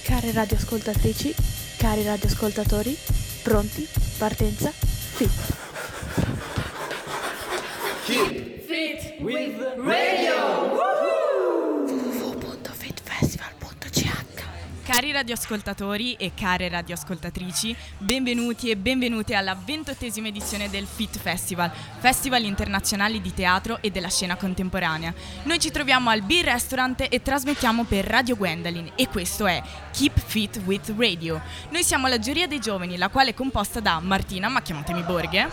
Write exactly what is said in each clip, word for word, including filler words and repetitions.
Care radioascoltatrici, cari radioascoltatori, pronti? Partenza? Fit! Keep Fit with Radio! w w w punto fit festival punto c h. Cari radioascoltatori e care radioascoltatrici, benvenuti e benvenute alla ventottesima edizione del Fit Festival, Festival internazionale di teatro e della scena contemporanea. Noi ci troviamo al Beer Restaurant e trasmettiamo per Radio Gwendolyn e questo è Keep Fit with Radio. Noi siamo la giuria dei giovani, la quale è composta da Martina, ma chiamatemi Borghe,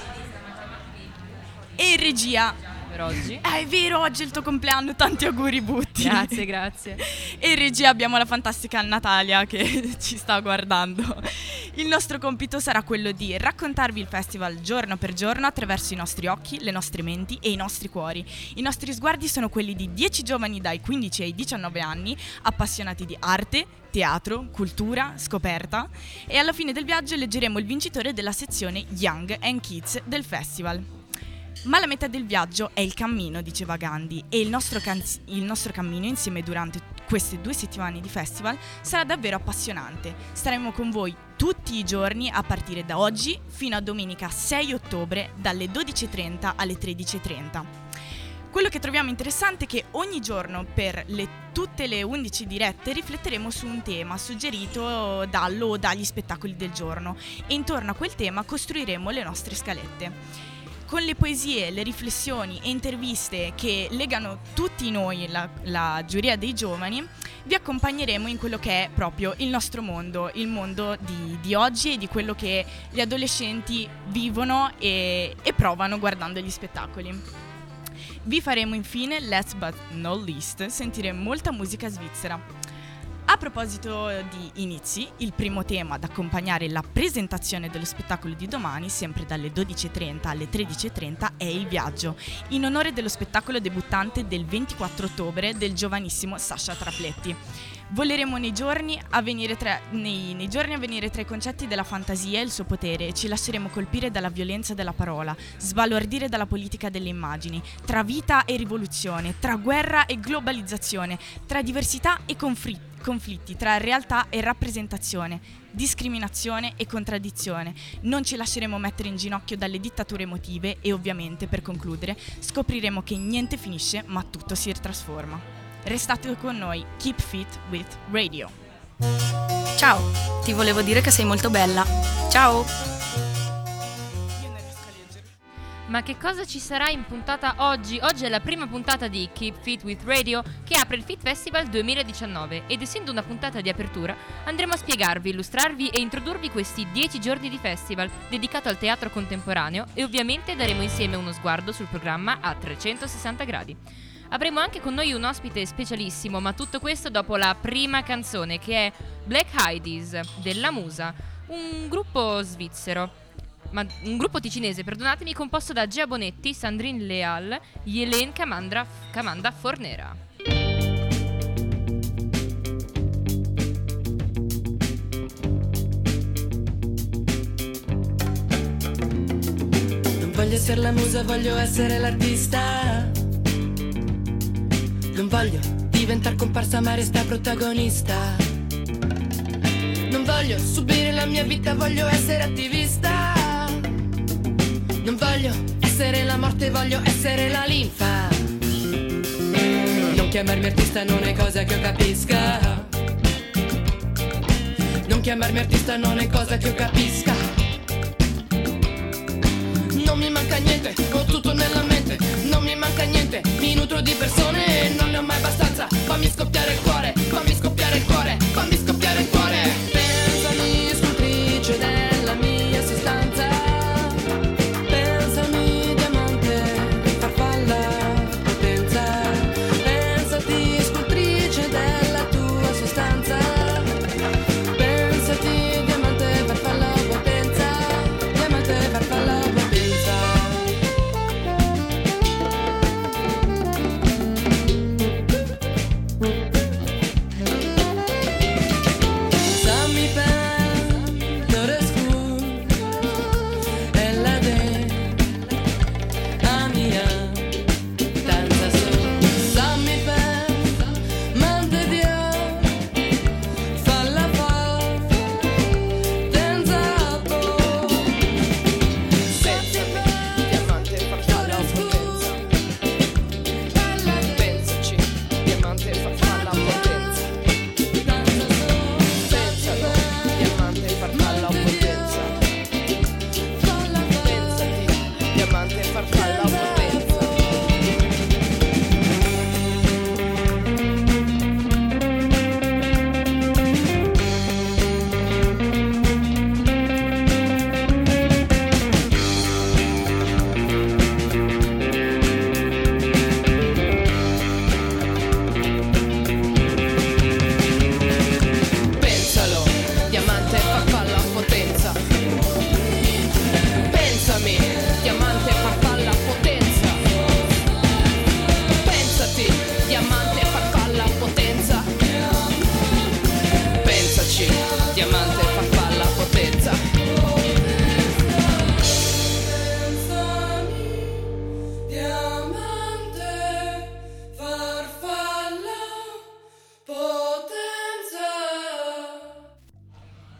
e in regia... Per oggi. Ah, è vero, oggi è il tuo compleanno, tanti auguri Butti. Grazie, grazie. E in regia abbiamo la fantastica Natalia che ci sta guardando. Il nostro compito sarà quello di raccontarvi il festival giorno per giorno attraverso i nostri occhi, le nostre menti e i nostri cuori. I nostri sguardi sono quelli di dieci giovani dai quindici ai diciannove anni, appassionati di arte, teatro, cultura, scoperta, e alla fine del viaggio eleggeremo il vincitore della sezione Young and Kids del festival. Ma la metà del viaggio è il cammino, diceva Gandhi, e il nostro, can- il nostro cammino insieme durante queste due settimane di festival sarà davvero appassionante. Staremo con voi tutti i giorni a partire da oggi fino a domenica sei ottobre dalle dodici e trenta alle tredici e trenta. Quello che troviamo interessante è che ogni giorno per le, tutte le undici dirette rifletteremo su un tema suggerito dallo o dagli spettacoli del giorno e intorno a quel tema costruiremo le nostre scalette. Con le poesie, le riflessioni e interviste che legano tutti noi, la, la giuria dei giovani, vi accompagneremo in quello che è proprio il nostro mondo, il mondo di, di oggi e di quello che gli adolescenti vivono e, e provano guardando gli spettacoli. Vi faremo infine, last but not least, sentire molta musica svizzera. A proposito di inizi, il primo tema ad accompagnare la presentazione dello spettacolo di domani, sempre dalle dodici e trenta alle tredici e trenta, è Il Viaggio, in onore dello spettacolo debuttante del ventiquattro ottobre del giovanissimo Sasha Trapletti. Voleremo nei giorni a venire tra, nei, nei giorni a venire tra i concetti della fantasia e il suo potere, ci lasceremo colpire dalla violenza della parola, sbalordire dalla politica delle immagini, tra vita e rivoluzione, tra guerra e globalizzazione, tra diversità e conflitti. conflitti tra realtà e rappresentazione, discriminazione e contraddizione. Non ci lasceremo mettere in ginocchio dalle dittature emotive e ovviamente, per concludere, scopriremo che niente finisce ma tutto si trasforma. Restate con noi, Keep Fit with Radio. Ciao, ti volevo dire che sei molto bella. Ciao! Ma che cosa ci sarà in puntata oggi? Oggi è la prima puntata di Keep Fit with Radio che apre il Fit Festival duemiladiciannove ed essendo una puntata di apertura andremo a spiegarvi, illustrarvi e introdurvi questi dieci giorni di festival dedicato al teatro contemporaneo e ovviamente daremo insieme uno sguardo sul programma a trecentosessanta gradi. Avremo anche con noi un ospite specialissimo, ma tutto questo dopo la prima canzone che è Black Hides della Musa, un gruppo svizzero. Ma un gruppo ticinese, perdonatemi, composto da Gea Bonetti, Sandrine Leal, Yelen Camandra, Camanda Fornera. Non voglio essere la musa, voglio essere l'artista. Non voglio diventare comparsa ma resta protagonista. Non voglio subire la mia vita, voglio essere attivista. Non voglio essere la morte, voglio essere la linfa. Non chiamarmi artista non è cosa che io capisca. Non chiamarmi artista non è cosa che io capisca. Non mi manca niente, ho tutto nella mente. Non mi manca niente, mi nutro di persone e non ne ho mai abbastanza. Fammi scoppiare il cuore, fammi scoppiare il cuore, fammi scoppiare il cuore. Pensami scultrice della mia sostanza. Pensami diamante, farfalla, potenza. Pensati scultrice della tua sostanza. Pensati diamante, farfalla, potenza. Diamante, farfalla, potenza.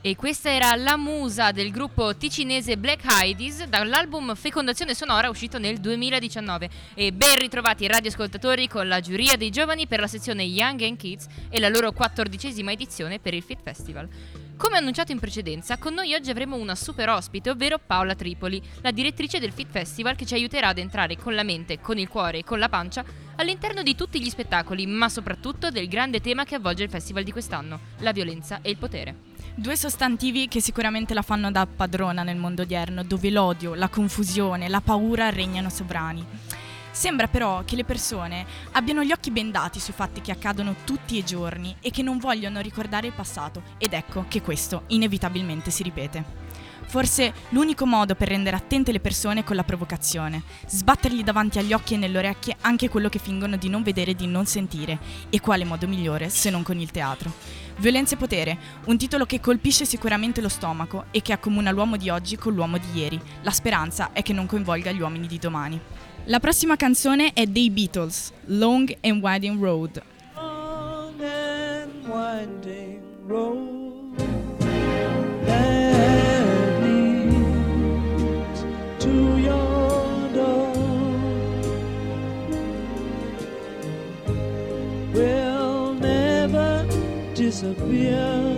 E questa era La Musa del gruppo ticinese Black Hides dall'album Fecondazione Sonora uscito nel duemiladiciannove. E ben ritrovati radioascoltatori con la giuria dei giovani per la sezione Young and Kids e la loro quattordicesima edizione per il Fit Festival. Come annunciato in precedenza, con noi oggi avremo una super ospite, ovvero Paola Tripoli, la direttrice del Fit Festival, che ci aiuterà ad entrare con la mente, con il cuore e con la pancia all'interno di tutti gli spettacoli, ma soprattutto del grande tema che avvolge il festival di quest'anno, la violenza e il potere. Due sostantivi che sicuramente la fanno da padrona nel mondo odierno, dove l'odio, la confusione, la paura regnano sovrani. Sembra però che le persone abbiano gli occhi bendati sui fatti che accadono tutti i giorni e che non vogliono ricordare il passato, ed ecco che questo inevitabilmente si ripete. Forse l'unico modo per rendere attente le persone è con la provocazione, sbattergli davanti agli occhi e nelle orecchie anche quello che fingono di non vedere e di non sentire, e quale modo migliore se non con il teatro. Violenza e potere, un titolo che colpisce sicuramente lo stomaco e che accomuna l'uomo di oggi con l'uomo di ieri. La speranza è che non coinvolga gli uomini di domani. La prossima canzone è dei Beatles, Long and Winding Road. Long and winding road that leads to your door will never disappear.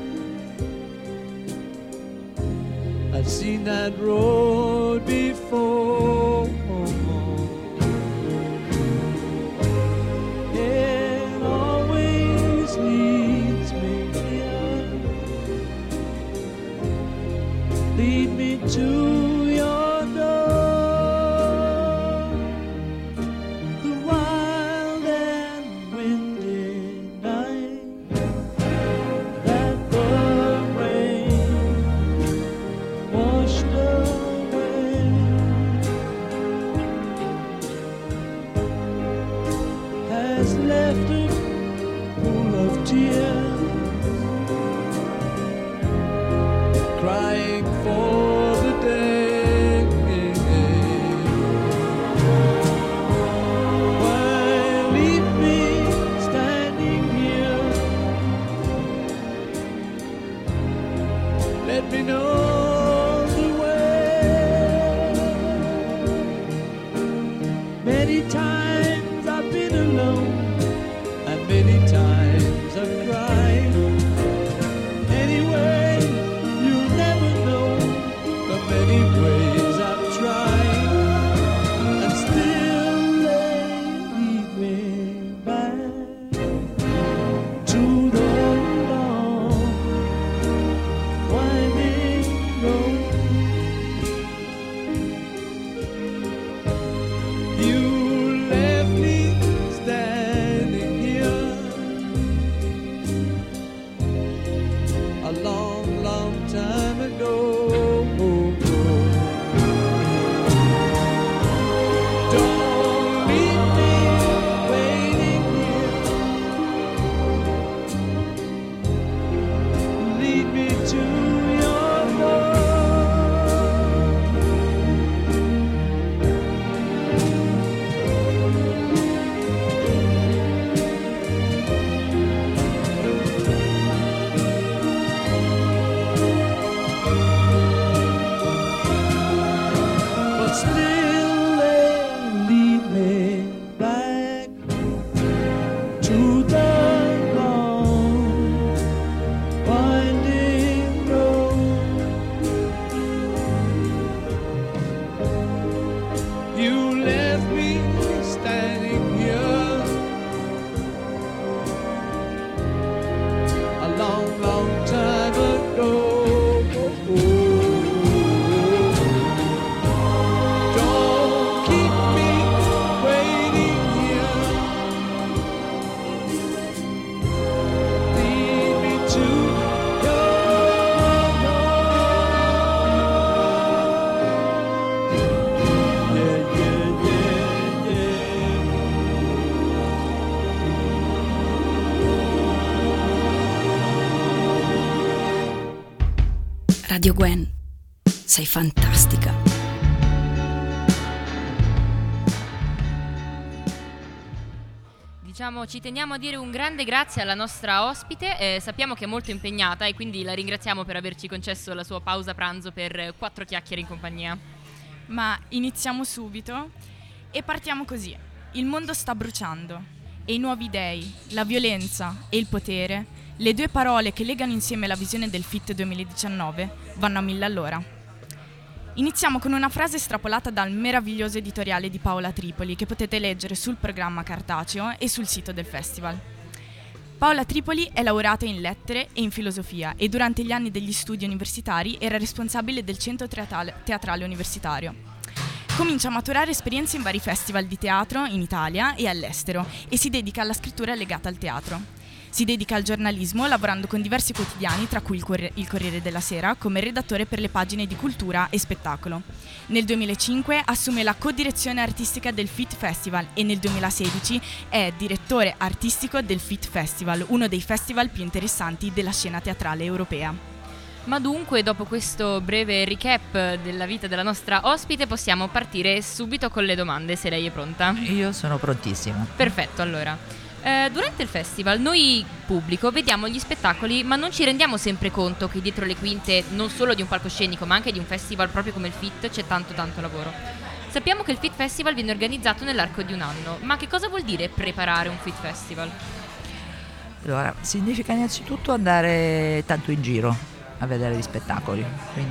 I've seen that road before. It always leads me here. Lead me to your door. The wild and windy night that the rain washed away has left a pool of tears, crying for the day. Why leave me standing here? Let me know the way. Many times I've been alone, and many times I've cried. Anyway, you'll never know the many ways I've tried, and still they lead me back to the long winding road. You left me standing here a long, long time ago. Don't leave me waiting here. Lead me to your door. But still they lead me back to the long winding road. You left me standing here a long, long time ago. Don't keep me waiting here. Lead me to your door. Yeah, yeah, yeah, yeah. Radio Gwen, sei fantastica. Diciamo, ci teniamo a dire un grande grazie alla nostra ospite, eh, sappiamo che è molto impegnata e quindi la ringraziamo per averci concesso la sua pausa pranzo per quattro chiacchiere in compagnia. Ma iniziamo subito e partiamo così. Il mondo sta bruciando e i nuovi dei, la violenza e il potere, le due parole che legano insieme la visione del F I T duemiladiciannove, vanno a mille all'ora. Iniziamo con una frase estrapolata dal meraviglioso editoriale di Paola Tripoli che potete leggere sul programma cartaceo e sul sito del festival. Paola Tripoli è laureata in lettere e in filosofia e durante gli anni degli studi universitari era responsabile del centro teatrale, teatrale universitario. Comincia a maturare esperienze in vari festival di teatro in Italia e all'estero e si dedica alla scrittura legata al teatro. Si dedica al giornalismo lavorando con diversi quotidiani, tra cui il, Corri- il Corriere della Sera, come redattore per le pagine di cultura e spettacolo. Nel duemilacinque assume la co-direzione artistica del F I T Festival e nel duemilasedici è direttore artistico del F I T Festival, uno dei festival più interessanti della scena teatrale europea. Ma dunque, dopo questo breve recap della vita della nostra ospite, possiamo partire subito con le domande, se lei è pronta. Io sono prontissima. Perfetto, allora. Eh, durante il festival noi pubblico vediamo gli spettacoli ma non ci rendiamo sempre conto che dietro le quinte non solo di un palcoscenico ma anche di un festival proprio come il F I T c'è tanto tanto lavoro. Sappiamo che il F I T Festival viene organizzato nell'arco di un anno, ma che cosa vuol dire preparare un F I T Festival? Allora, significa innanzitutto andare tanto in giro a vedere gli spettacoli,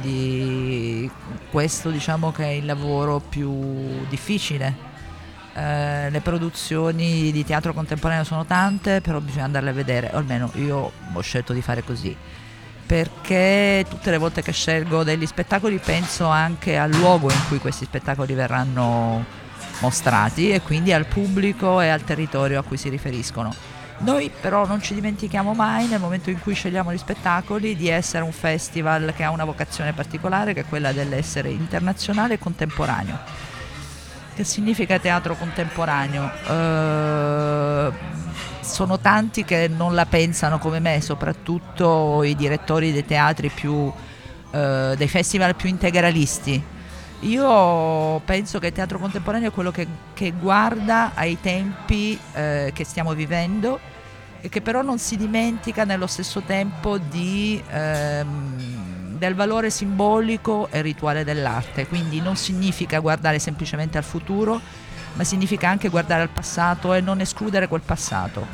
quindi questo diciamo che è il lavoro più difficile. Eh, le produzioni di teatro contemporaneo sono tante, però bisogna andarle a vedere, o almeno io ho scelto di fare così, perché tutte le volte che scelgo degli spettacoli penso anche al luogo in cui questi spettacoli verranno mostrati e quindi al pubblico e al territorio a cui si riferiscono. Noi però non ci dimentichiamo mai, nel momento in cui scegliamo gli spettacoli, di essere un festival che ha una vocazione particolare, che è quella dell'essere internazionale e contemporaneo. Che significa teatro contemporaneo? Uh, sono tanti che non la pensano come me, soprattutto i direttori dei teatri più, uh, dei festival più integralisti. Io penso che il teatro contemporaneo è quello che, che guarda ai tempi uh, che stiamo vivendo e che però non si dimentica nello stesso tempo di... Um, del valore simbolico e rituale dell'arte, quindi non significa guardare semplicemente al futuro, ma significa anche guardare al passato e non escludere quel passato.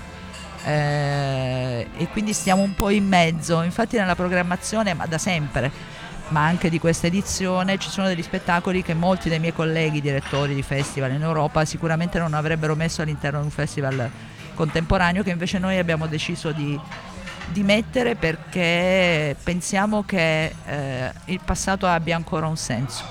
Eh, e quindi stiamo un po' in mezzo, infatti nella programmazione, ma da sempre, ma anche di questa edizione, ci sono degli spettacoli che molti dei miei colleghi direttori di festival in Europa sicuramente non avrebbero messo all'interno di un festival contemporaneo, che invece noi abbiamo deciso di di mettere perché pensiamo che eh, il passato abbia ancora un senso.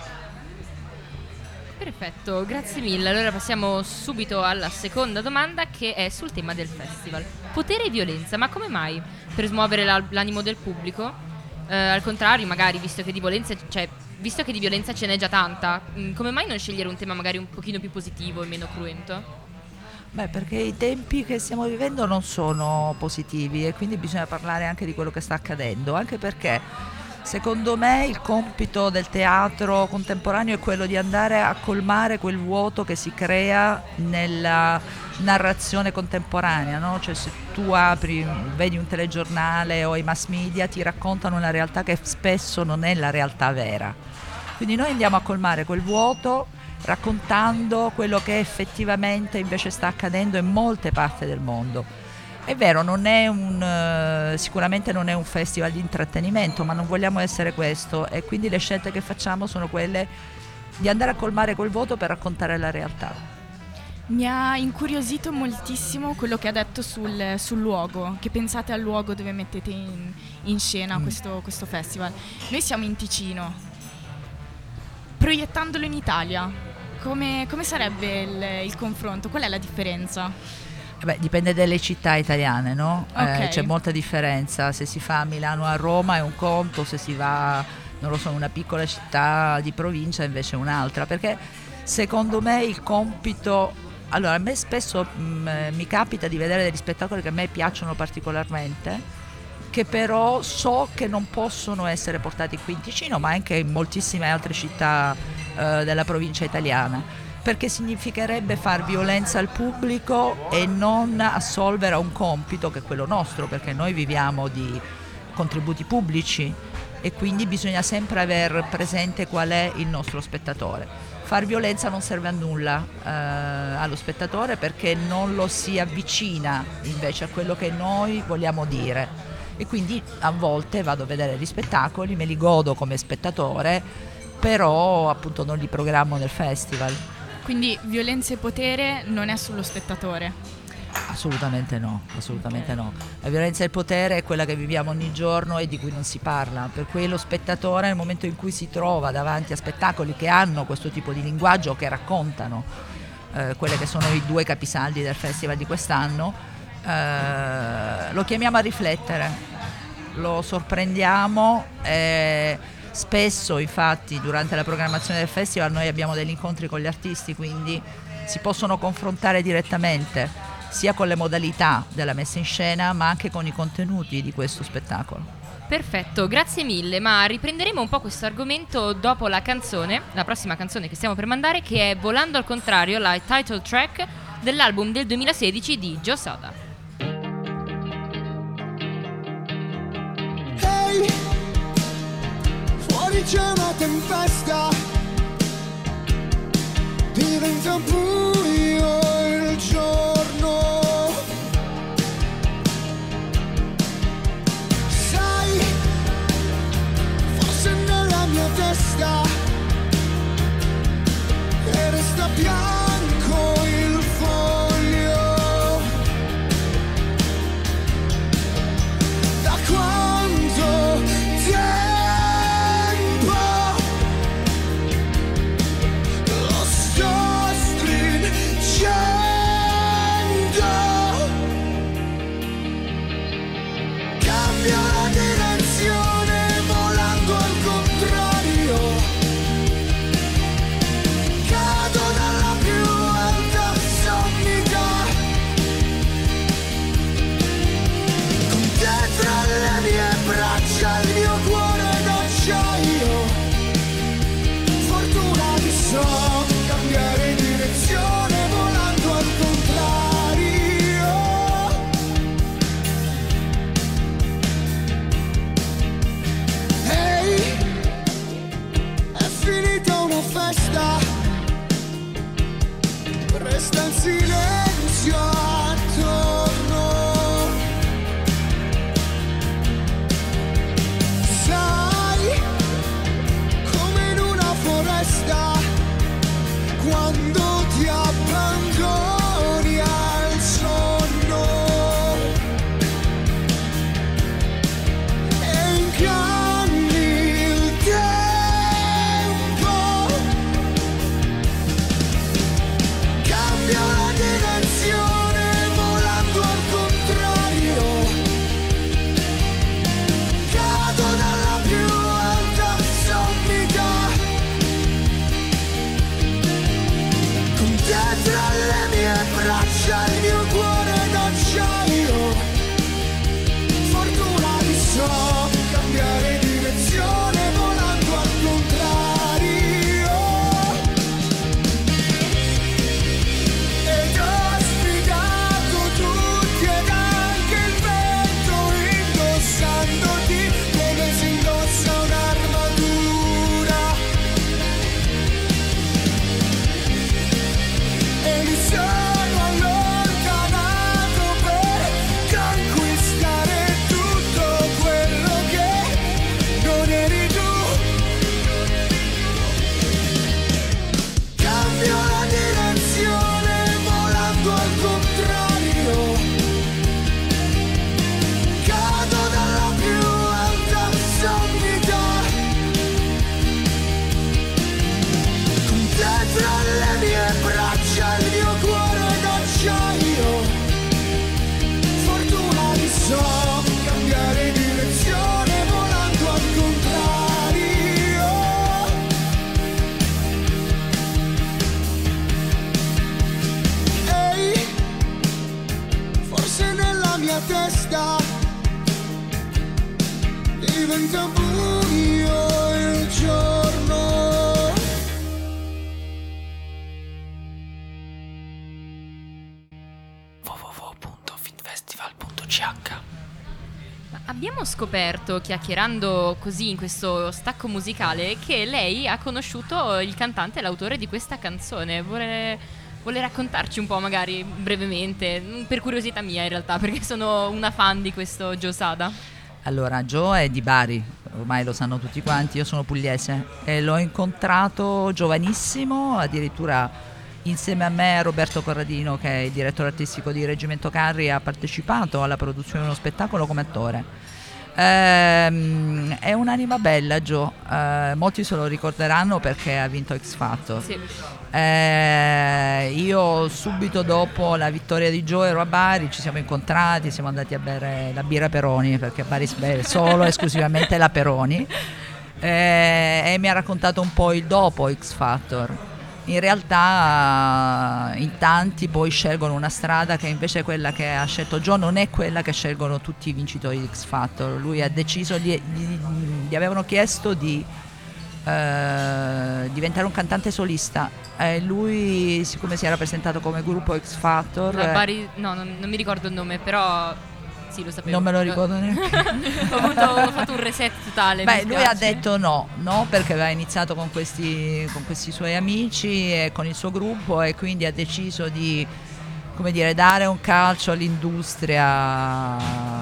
Perfetto, grazie mille. Allora passiamo subito alla seconda domanda, che è sul tema del festival. Potere e violenza, ma come mai? Per smuovere la, l'animo del pubblico? Eh, al contrario, magari, visto che di violenza, cioè, visto che di violenza ce n'è già tanta, mh, come mai non scegliere un tema magari un pochino più positivo e meno cruento? Beh, perché i tempi che stiamo vivendo non sono positivi e quindi bisogna parlare anche di quello che sta accadendo, anche perché secondo me il compito del teatro contemporaneo è quello di andare a colmare quel vuoto che si crea nella narrazione contemporanea, no? Cioè, se tu apri, vedi un telegiornale o i mass media, ti raccontano una realtà che spesso non è la realtà vera. Quindi noi andiamo a colmare quel vuoto raccontando quello che effettivamente invece sta accadendo in molte parti del mondo. È vero, non è un, sicuramente non è un festival di intrattenimento, ma non vogliamo essere questo, e quindi le scelte che facciamo sono quelle di andare a colmare quel vuoto per raccontare la realtà. Mi ha incuriosito moltissimo quello che ha detto sul, sul luogo, che pensate al luogo dove mettete in, in scena mm. questo, questo festival. Noi siamo in Ticino, proiettandolo in Italia. Come, come sarebbe il, il confronto? Qual è la differenza? Beh, dipende dalle città italiane, no? Okay. Eh, c'è molta differenza. Se si fa a Milano o a Roma è un conto, se si va, non lo so, in una piccola città di provincia invece è un'altra. Perché secondo me il compito... Allora, a me spesso mh, mi capita di vedere degli spettacoli che a me piacciono particolarmente, che però so che non possono essere portati qui in Ticino, ma anche in moltissime altre città eh, della provincia italiana. perché significherebbe far violenza al pubblico e non assolvere a un compito che è quello nostro, perché noi viviamo di contributi pubblici e quindi bisogna sempre aver presente qual è il nostro spettatore. Far violenza non serve a nulla eh, allo spettatore, perché non lo si avvicina invece a quello che noi vogliamo dire, e quindi a volte vado a vedere gli spettacoli, me li godo come spettatore, però appunto non li programmo nel festival. Quindi violenza e potere non è sullo spettatore? Assolutamente no, assolutamente no. La violenza e il potere è quella che viviamo ogni giorno e di cui non si parla, per cui lo spettatore nel momento in cui si trova davanti a spettacoli che hanno questo tipo di linguaggio, che raccontano eh, quelle che sono i due capisaldi del festival di quest'anno, eh, lo chiamiamo a riflettere, lo sorprendiamo e spesso infatti durante la programmazione del festival noi abbiamo degli incontri con gli artisti, quindi si possono confrontare direttamente sia con le modalità della messa in scena ma anche con i contenuti di questo spettacolo. Perfetto, grazie mille, ma riprenderemo un po' questo argomento dopo la canzone, la prossima canzone che stiamo per mandare, che è Volando al contrario, la title track dell'album del duemilasedici di Joe Sada. Hey, fuori c'è una tempesta, diventa buio il giorno. Sai, forse nella mia testa e resta bianco il foglio. Da quanto tempo lo sto stringendo. Cambio la direzione volando al contrario, cado dalla più alta sommità, con te tra le mie braccia il mio cuore d'acciaio. Fortuna che so cambiare direzione volando al contrario. Ehi, è finita una festa, resta in silenzio attorno. Sai, come in una foresta, quando ti abbandoni al sonno e inganni il tempo. Cambio la direzione volando al contrario, cado dalla più alta sommità, con te tra le mie braccia il mio cuore d'acciaio. Fortuna che so cambiare direzione volando al contrario. Ed ho sfidato tutti ed anche il vento, indossandoti come si indossa un'armatura. E mi sono allontanato per conquistare tutto quello che non eri tu. Cambio la direzione volando al contrario, cado dalla più alta sommità, con te tra le mie braccia il mio cuore d'acciaio. Fortuna che so cambiare direzione volando al contrario. Ehi, forse nella mia testa diventa buio il giorno. abbiamo scoperto, chiacchierando così in questo stacco musicale, che lei ha conosciuto il cantante e l'autore di questa canzone. Vuole, vuole raccontarci un po', magari brevemente, per curiosità mia in realtà, perché sono una fan di questo Joe Sada. Allora, Joe è di Bari, ormai lo sanno tutti quanti, io sono pugliese e l'ho incontrato giovanissimo, addirittura insieme a me Roberto Corradino, che è il direttore artistico di Reggimento Carri, ha partecipato alla produzione di uno spettacolo come attore. Ehm, è un'anima bella Joe, eh, molti se lo ricorderanno perché ha vinto X Factor. Sì. Eh, io subito dopo la vittoria di Joe ero a Bari, ci siamo incontrati, siamo andati a bere la birra Peroni, perché a Bari si beve solo esclusivamente la Peroni, eh, e mi ha raccontato un po' il dopo X Factor. In realtà in tanti poi scelgono una strada che invece quella che ha scelto Joe non è quella che scelgono tutti i vincitori di X Factor. Lui ha deciso, di, di, gli avevano chiesto di eh, diventare un cantante solista e lui, siccome si era presentato come gruppo X Factor, La Bari, no, non, non mi ricordo il nome, però sì, lo sapevo. Non me lo ricordo neanche. ho, avuto, ho fatto un reset totale. Beh, lui ha detto no, no, perché aveva iniziato con questi, con questi suoi amici e con il suo gruppo, e quindi ha deciso di, come dire, dare un calcio all'industria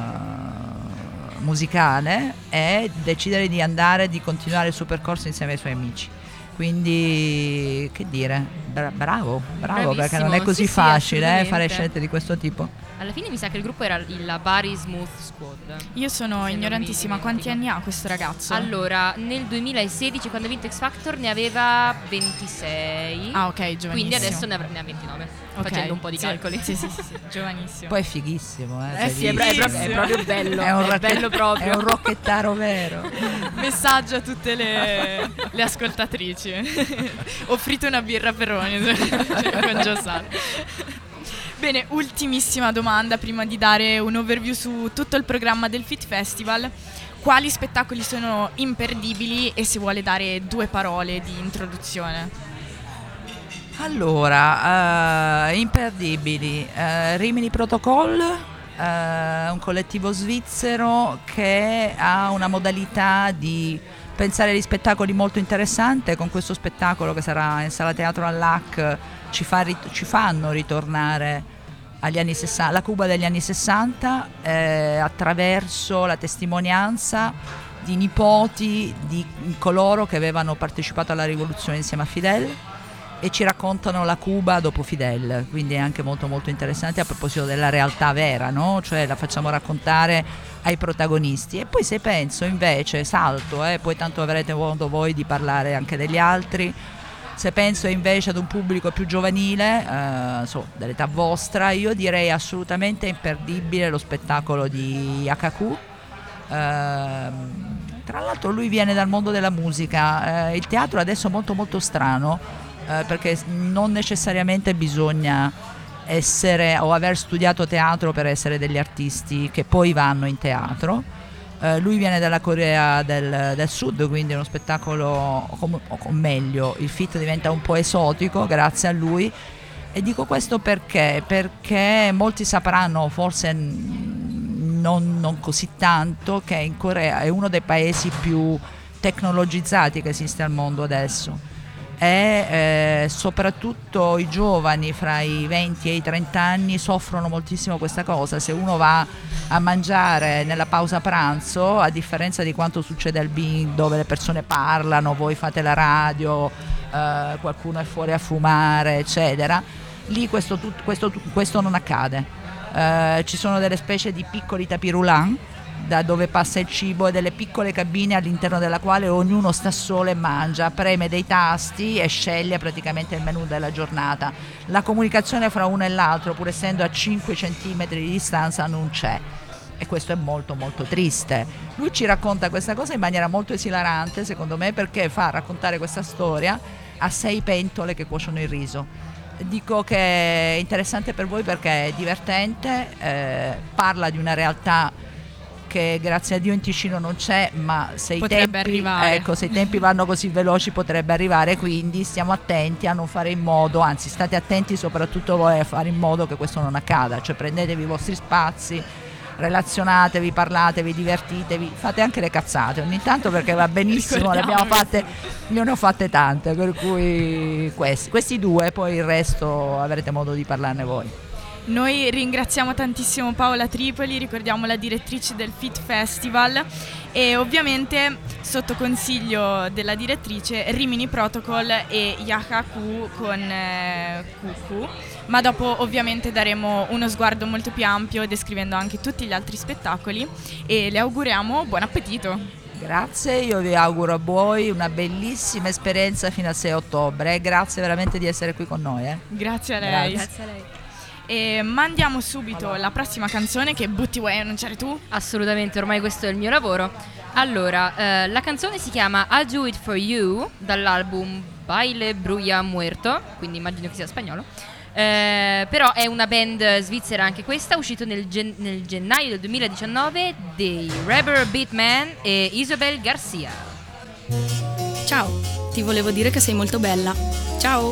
musicale e decidere di andare, di continuare il suo percorso insieme ai suoi amici. Quindi, che dire, bra- bravo, bravo, Bravissimo. Perché non è così Sì, sì, facile eh, fare assolutamente. scelte di questo tipo. Alla fine mi sa che il gruppo era il Bari Smooth Squad. Io sono Se non ignorantissima, mi quanti dimentico. anni ha questo ragazzo? Allora, nel duemilasedici, quando ha vinto X Factor, ne aveva ventisei. Ah, ok, giovanissimo. Quindi adesso ne, avrà, ne ha ventinove, Ok, facendo un po' di sì, calcoli. Sì, sì, sì, sì, giovanissimo. Poi è fighissimo, eh, Eh sì, è, bra- è proprio, è proprio bello. È un, è racche- bello proprio. è un rocchettaro vero. Messaggio a tutte le, le ascoltatrici. Offrite una birra Peroni con Joe Sada. Bene, ultimissima domanda prima di dare un overview su tutto il programma del Fit Festival. Quali spettacoli sono imperdibili e se vuole dare due parole di introduzione? Allora, eh, imperdibili, eh, Rimini Protocol, eh, un collettivo svizzero che ha una modalità di pensare agli spettacoli molto interessante. Con questo spettacolo che sarà in Sala Teatro all'A C ci, fa rit- ci fanno ritornare agli anni sessanta, la Cuba degli anni sessanta, eh, attraverso la testimonianza di nipoti di coloro che avevano partecipato alla rivoluzione insieme a Fidel, e ci raccontano la Cuba dopo Fidel, quindi è anche molto molto interessante a proposito della realtà vera, no? Cioè la facciamo raccontare ai protagonisti. E poi se penso invece, salto, eh, poi tanto avrete modo voi di parlare anche degli altri, se penso invece ad un pubblico più giovanile, eh, so, dell'età vostra, io direi assolutamente imperdibile lo spettacolo di H Q. Eh, tra l'altro lui viene dal mondo della musica, eh, il teatro adesso è molto molto strano, eh, perché non necessariamente bisogna essere o aver studiato teatro per essere degli artisti che poi vanno in teatro. Uh, lui viene dalla Corea del, del Sud, quindi è uno spettacolo, o, o meglio, il fit diventa un po' esotico grazie a lui. E dico questo perché? Perché molti sapranno, forse non, non così tanto, che in Corea è uno dei paesi più tecnologizzati che esiste al mondo adesso. E eh, soprattutto i giovani fra i venti e i trenta anni soffrono moltissimo questa cosa. Se uno va a mangiare nella pausa pranzo, a differenza di quanto succede al Bing, dove le persone parlano, voi fate la radio, eh, qualcuno è fuori a fumare, eccetera, lì questo, tut, questo, questo non accade. Eh, ci sono delle specie di piccoli tapis roulant da dove passa il cibo, e delle piccole cabine all'interno della quale ognuno sta solo e mangia, preme dei tasti e sceglie praticamente il menù della giornata. La comunicazione fra uno e l'altro, pur essendo a cinque centimetri di distanza, non c'è, e questo è molto molto triste. Lui ci racconta questa cosa in maniera molto esilarante, secondo me, perché fa raccontare questa storia a sei pentole che cuociono il riso. Dico che è interessante per voi perché è divertente, eh, parla di una realtà che grazie a Dio in Ticino non c'è, ma se i, Potrebbe tempi, arrivare. ecco, se i tempi vanno così veloci potrebbe arrivare, quindi stiamo attenti a non fare in modo, anzi state attenti soprattutto voi a fare in modo che questo non accada, cioè prendetevi i vostri spazi, relazionatevi, parlatevi, divertitevi, fate anche le cazzate ogni tanto perché va benissimo, le abbiamo fatte, ne ho fatte tante, per cui questi, questi due, poi il resto avrete modo di parlarne voi. Noi ringraziamo tantissimo Paola Tripoli, ricordiamo la direttrice del Fit Festival, e ovviamente sotto consiglio della direttrice Rimini Protocol e Yakaku con eh, Cucu, ma dopo ovviamente daremo uno sguardo molto più ampio descrivendo anche tutti gli altri spettacoli e le auguriamo buon appetito. Grazie, io vi auguro a voi una bellissima esperienza fino al sei ottobre, eh. Grazie veramente di essere qui con noi. Eh. Grazie a lei. Grazie a lei. E mandiamo subito la prossima canzone che butti vuoi annunciare tu? Assolutamente, ormai questo è il mio lavoro. Allora, eh, la canzone si chiama I'll Do It For You dall'album Baile Brulla Muerto, quindi immagino che sia spagnolo. Eh, però è una band svizzera anche questa, uscito nel, gen- nel gennaio del duemiladiciannove, dei Rubber Beatman e Isabel Garcia. Ciao, ti volevo dire che sei molto bella. Ciao!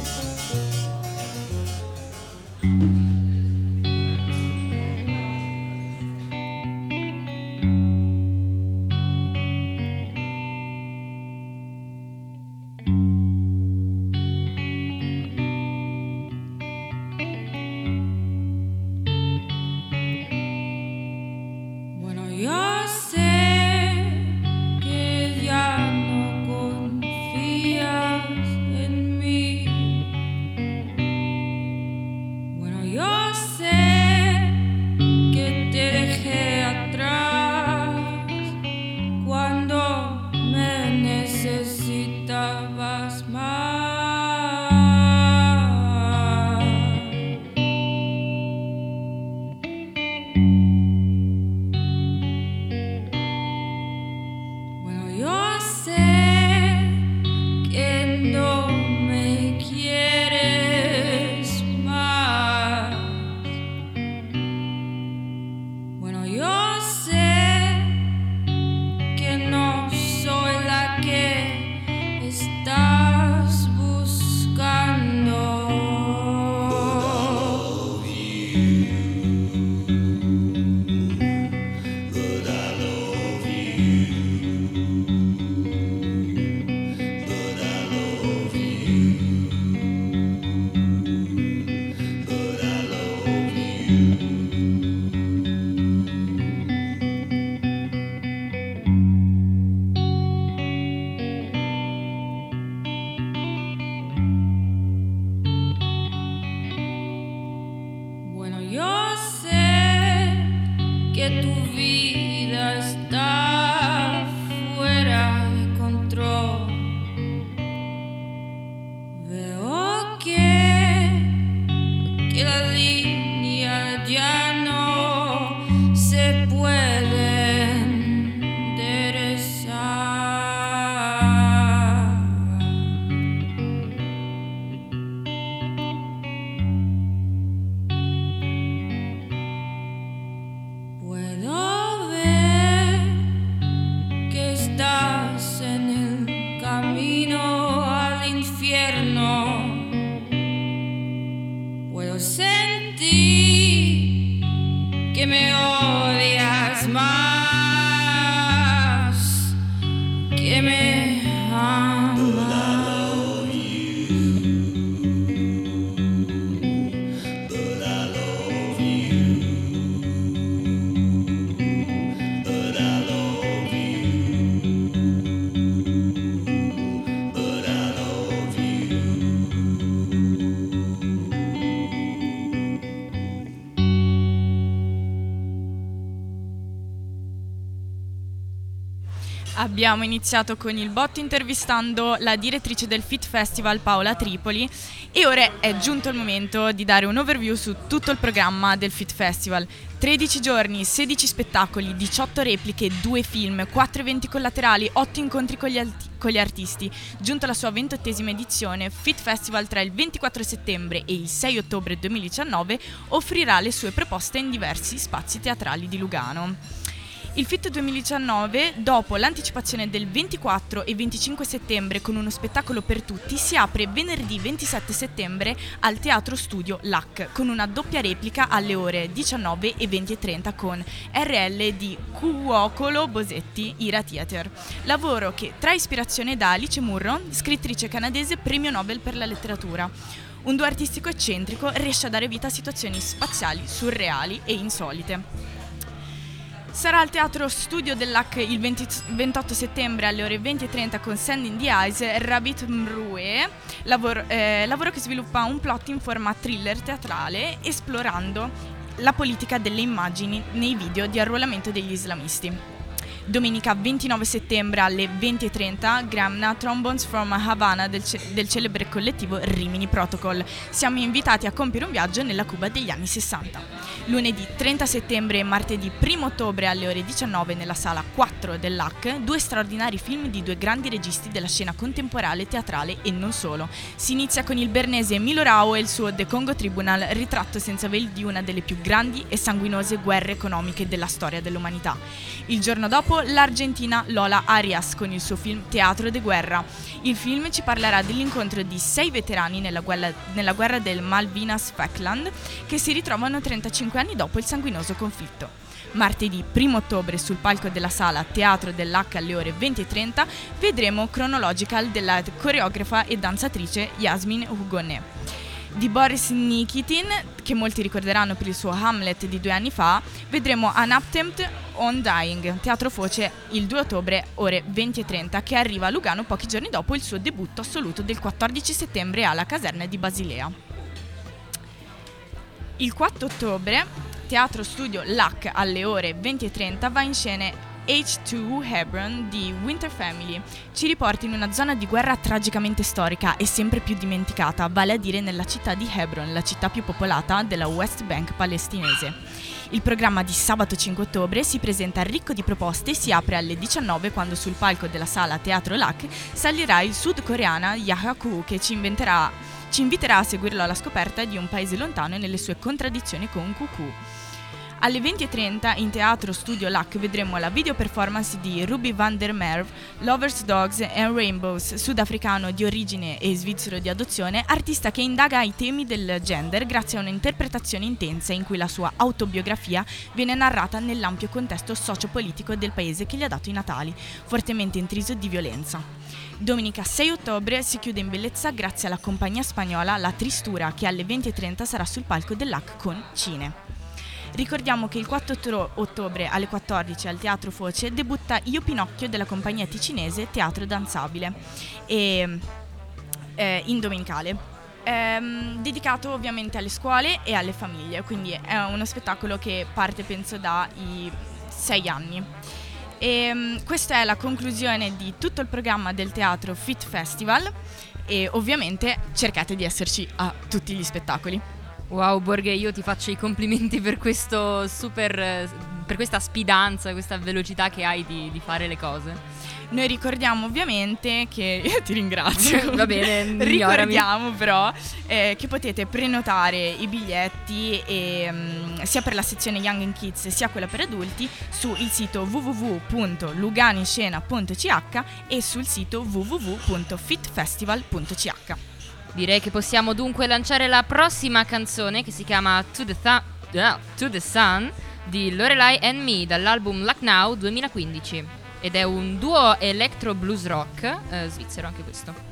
Abbiamo iniziato con il botto intervistando la direttrice del Fit Festival Paola Tripoli e ora è giunto il momento di dare un overview su tutto il programma del Fit Festival. tredici giorni, sedici spettacoli, diciotto repliche, due film, quattro eventi collaterali, otto incontri con gli, alti- con gli artisti. Giunto alla sua ventottesima edizione, Fit Festival tra il ventiquattro settembre e il sei ottobre duemiladiciannove offrirà le sue proposte in diversi spazi teatrali di Lugano. Il F I T duemiladiciannove, dopo l'anticipazione del ventiquattro e venticinque settembre con uno spettacolo per tutti, si apre venerdì ventisette settembre al Teatro Studio L A C con una doppia replica alle ore diciannove e venti e trenta con R L di Cuocolo Bosetti Ira Theater, lavoro che trae ispirazione da Alice Munro, scrittrice canadese premio Nobel per la letteratura. Un duo artistico eccentrico riesce a dare vita a situazioni spaziali, surreali e insolite. Sarà al Teatro Studio dell'A C il venti, ventotto settembre alle ore venti e trenta con Sand in the Eyes, Rabbit Mrue, lavoro, eh, lavoro che sviluppa un plot in forma thriller teatrale esplorando la politica delle immagini nei video di arruolamento degli islamisti. Domenica ventinove settembre alle venti e trenta, Gramna Trombones from Havana del, ce- del celebre collettivo Rimini Protocol. Siamo invitati a compiere un viaggio nella Cuba degli anni sessanta. Lunedì trenta settembre e martedì primo ottobre alle ore diciannove nella sala quattro dell'A C, due straordinari film di due grandi registi della scena contemporanea teatrale e non solo. Si inizia con il bernese Milo Rao e il suo The Congo Tribunal, ritratto senza veli di una delle più grandi e sanguinose guerre economiche della storia dell'umanità. Il giorno dopo l'Argentina Lola Arias con il suo film Teatro de Guerra. Il film ci parlerà dell'incontro di sei veterani nella guerra, nella guerra del Malvinas-Falkland che si ritrovano trentacinque anni dopo il sanguinoso conflitto. Martedì primo ottobre sul palco della sala Teatro dell'H alle ore venti e trenta vedremo Chronological della coreografa e danzatrice Yasmin Hugonet. Di Boris Nikitin, che molti ricorderanno per il suo Hamlet di due anni fa, vedremo An Attempt on Dying, Teatro Foce, il due ottobre, ore venti e trenta, che arriva a Lugano pochi giorni dopo il suo debutto assoluto del quattordici settembre alla Caserna di Basilea. Il quattro ottobre, Teatro Studio L A C alle ore venti e trenta va in scena H due Hebron di Winter Family. Ci riporta in una zona di guerra tragicamente storica e sempre più dimenticata, vale a dire nella città di Hebron, la città più popolata della West Bank palestinese. Il programma di sabato cinque ottobre si presenta ricco di proposte e si apre alle diciannove quando sul palco della sala Teatro L A C salirà il sudcoreana Yahaku che ci inventerà, ci inviterà a seguirlo alla scoperta di un paese lontano nelle sue contraddizioni con Cuckoo. Alle venti e trenta in Teatro Studio L A C vedremo la video performance di Ruby van der Merwe, Lovers, Dogs and Rainbows, sudafricano di origine e svizzero di adozione, artista che indaga i temi del gender grazie a un'interpretazione intensa in cui la sua autobiografia viene narrata nell'ampio contesto sociopolitico del paese che gli ha dato i natali, fortemente intriso di violenza. Domenica sei ottobre si chiude in bellezza grazie alla compagnia spagnola La Tristura che alle venti e trenta sarà sul palco dell'A C con Cine. Ricordiamo che il quattro ottobre alle quattordici al Teatro Foce debutta Io Pinocchio della compagnia ticinese Teatro Danzabile e, eh, in domenicale, ehm, dedicato ovviamente alle scuole e alle famiglie, quindi è uno spettacolo che parte penso dai sei anni. E, um, questa è la conclusione di tutto il programma del Teatro F I T Festival e ovviamente cercate di esserci a tutti gli spettacoli. Wow Borghe, io ti faccio i complimenti per questo super, per questa spidanza, questa velocità che hai di, di fare le cose. Noi ricordiamo ovviamente che, io ti ringrazio, va bene, ricordiamo però eh, che potete prenotare i biglietti e, um, sia per la sezione Young and Kids sia quella per adulti sul sito w w w punto luganiscena punto c h e sul sito w w w punto fitfestival punto c h. Direi che possiamo dunque lanciare la prossima canzone che si chiama To the, Th- uh, to the Sun di Lorelai and Me dall'album Lucknow duemilaquindici ed è un duo electro blues rock eh, svizzero anche questo.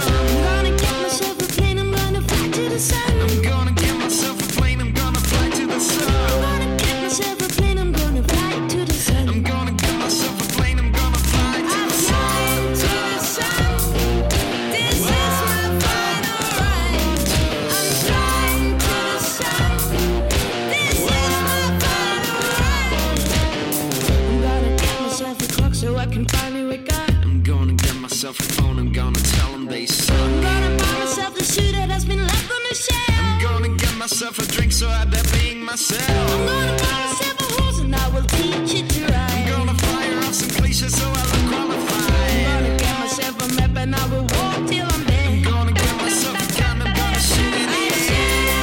I'm gonna get myself a plane, I'm gonna fly to the the sun. I'm gonna get myself a plane, I'm gonna fly to the sun. I'm gonna get myself a plane, I'm gonna fly to the sun. I'm flying to the sun. This is my final ride. I'm flying to the sun. This is my final ride. I'm gonna get myself a clock so I can finally wake up. I'm gonna get myself a phone, I'm gonna tell them they suck. I'm gonna buy myself the shoe that has been left on the shelf. I'm gonna get myself a drink so I dare being myself. I'm gonna buy myself a horse and I will teach it to ride. I'm gonna fire off some cliches so I look qualified. I'm gonna get myself a map and I will walk till I'm dead. I'm gonna get myself a gun, I'm gonna shoot in the air.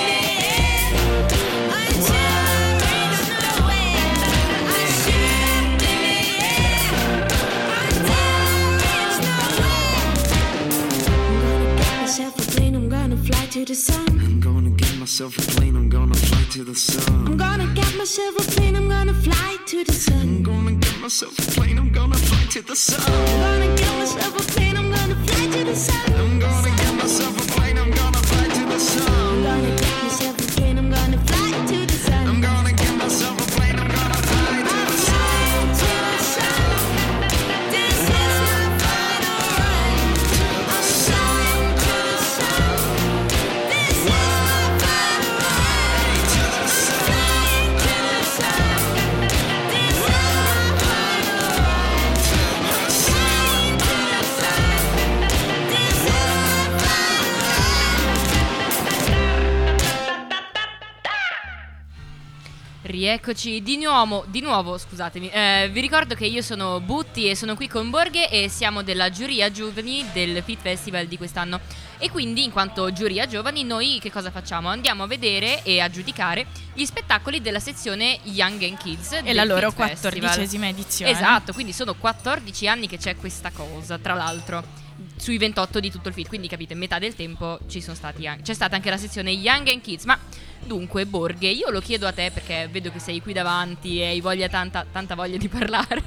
I shoot in the wind. I shoot in the air. Until it's nowhere. I'm gonna get myself a plane, I'm gonna fly to the sun. I'm gonna get myself a plane, I'm gonna fly to the sun. I'm gonna get myself a plane, I'm gonna fly to the sun. I'm gonna get myself a plane, I'm gonna fly to the sun. I'm gonna get myself a plane, I'm gonna fly to the sun. I'm gonna get myself a plane, I'm gonna fly to the sun. I'm gonna get myself a plane, I'm gonna fly to the sun. I'm gonna get myself a plane, I'm gonna fly to the sun. To the sun. This is my final ride. I'm flying to the sun. This is my final ride. To the sun. Flying to the sun. This is my final ride. To the sun. Flying to the sun. This is my final Rieccoci di nuovo, di nuovo scusatemi, eh, vi ricordo che io sono Butti e sono qui con Borghe e siamo della giuria giovani del Fit Festival di quest'anno. E quindi in quanto giuria giovani noi che cosa facciamo? Andiamo a vedere e a giudicare gli spettacoli della sezione Young and Kids E del la loro Fit Festival. quattordicesima edizione. Esatto, quindi sono quattordici anni che c'è questa cosa, tra l'altro, sui ventotto di tutto il Fit, quindi capite, metà del tempo ci sono stati anche, c'è stata anche la sezione Young and Kids. Ma dunque Borghe, io lo chiedo a te perché vedo che sei qui davanti e hai voglia tanta, tanta voglia di parlare.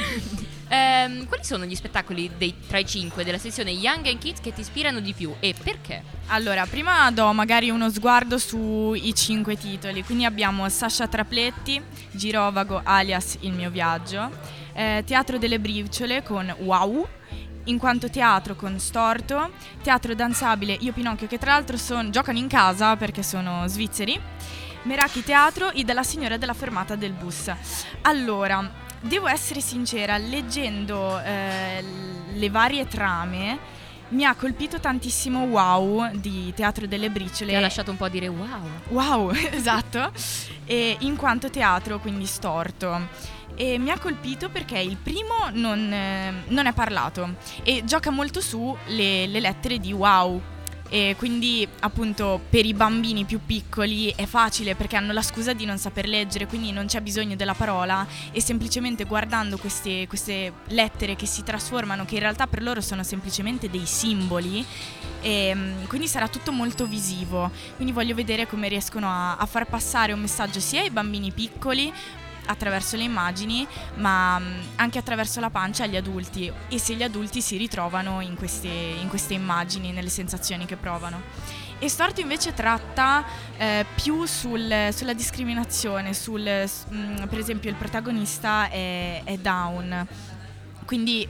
ehm, quali sono gli spettacoli dei, tra i cinque della sezione Young and Kids che ti ispirano di più e perché? Allora, prima do magari uno sguardo sui cinque titoli. Quindi abbiamo Sasha Trapletti, Girovago alias Il mio viaggio, eh, Teatro delle briciole con Wow, In quanto teatro con Storto, Teatro danzabile Io Pinocchio, che tra l'altro son, giocano in casa perché sono svizzeri, Meraki Teatro e Della signora della fermata del bus. Allora, devo essere sincera, leggendo eh, le varie trame mi ha colpito tantissimo Wow di Teatro delle briciole. Ti ha lasciato un po' a dire wow. Wow, esatto. E In quanto teatro, quindi Storto. E mi ha colpito perché il primo non, eh, non è parlato e gioca molto su le, le lettere di Wow. E quindi appunto per i bambini più piccoli è facile perché hanno la scusa di non saper leggere, quindi non c'è bisogno della parola e semplicemente guardando queste, queste lettere che si trasformano, che in realtà per loro sono semplicemente dei simboli, e quindi sarà tutto molto visivo. Quindi voglio vedere come riescono a, a far passare un messaggio sia ai bambini piccoli attraverso le immagini, ma anche attraverso la pancia agli adulti, e se gli adulti si ritrovano in queste, in queste immagini, nelle sensazioni che provano. E Storto invece tratta eh, più sul, sulla discriminazione, sul, mh, per esempio il protagonista è, è down, quindi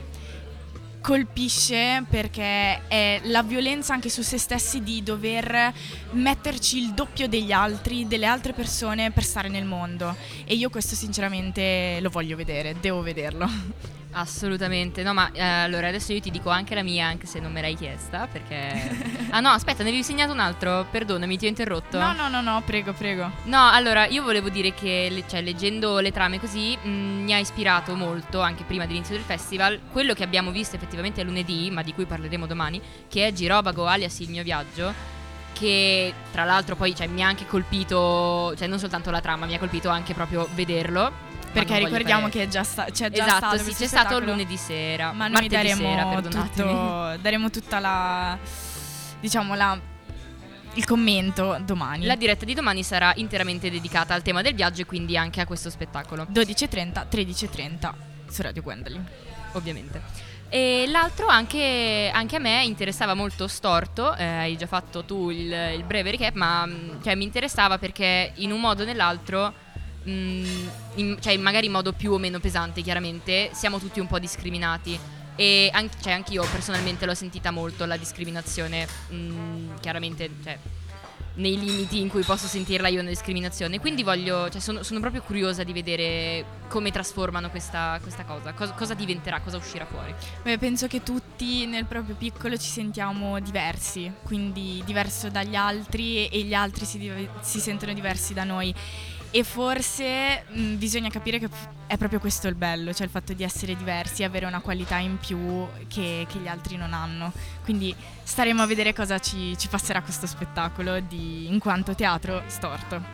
colpisce perché è la violenza anche su se stessi di dover metterci il doppio degli altri, delle altre persone per stare nel mondo, e io questo sinceramente lo voglio vedere, devo vederlo. Assolutamente, no, ma eh, allora adesso io ti dico anche la mia, anche se non me l'hai chiesta, perché... Ah no, aspetta, ne avevi segnato un altro, perdonami, ti ho interrotto. No, no, no, no, prego, prego. No, allora, io volevo dire che, le- cioè, leggendo le trame così, mh, mi ha ispirato molto, anche prima dell'inizio del festival, quello che abbiamo visto effettivamente a lunedì, ma di cui parleremo domani, che è Girovago alias Il mio viaggio, che tra l'altro poi, cioè, mi ha anche colpito, cioè non soltanto la trama, mi ha colpito anche proprio vederlo. Perché ricordiamo fare... che è già sta- c'è già esatto, stato sì, questo c'è stato spettacolo. lunedì sera, ma noi martedì daremo sera, perdonatemi. tutto, daremo tutta la, diciamo la, il commento domani. La diretta di domani sarà interamente dedicata al tema del viaggio e quindi anche a questo spettacolo. dodici e trenta, tredici e trenta su Radio Gwendolyn. Ovviamente. E l'altro anche, anche a me interessava molto Storto, eh, hai già fatto tu il, il breve recap, ma cioè, mi interessava perché in un modo o nell'altro, mh, in, cioè magari in modo più o meno pesante chiaramente, siamo tutti un po' discriminati. E anche, cioè, anche io personalmente l'ho sentita molto la discriminazione, mh, chiaramente cioè, nei limiti in cui posso sentirla io una discriminazione. Quindi voglio, cioè, sono, sono proprio curiosa di vedere come trasformano questa, questa cosa, cosa, cosa diventerà, cosa uscirà fuori. Beh, penso che tutti nel proprio piccolo ci sentiamo diversi, quindi diverso dagli altri e gli altri si, div- si sentono diversi da noi. E forse mh, bisogna capire che è proprio questo il bello, cioè il fatto di essere diversi e avere una qualità in più che, che gli altri non hanno. Quindi staremo a vedere cosa ci, ci passerà questo spettacolo di In quanto teatro storto.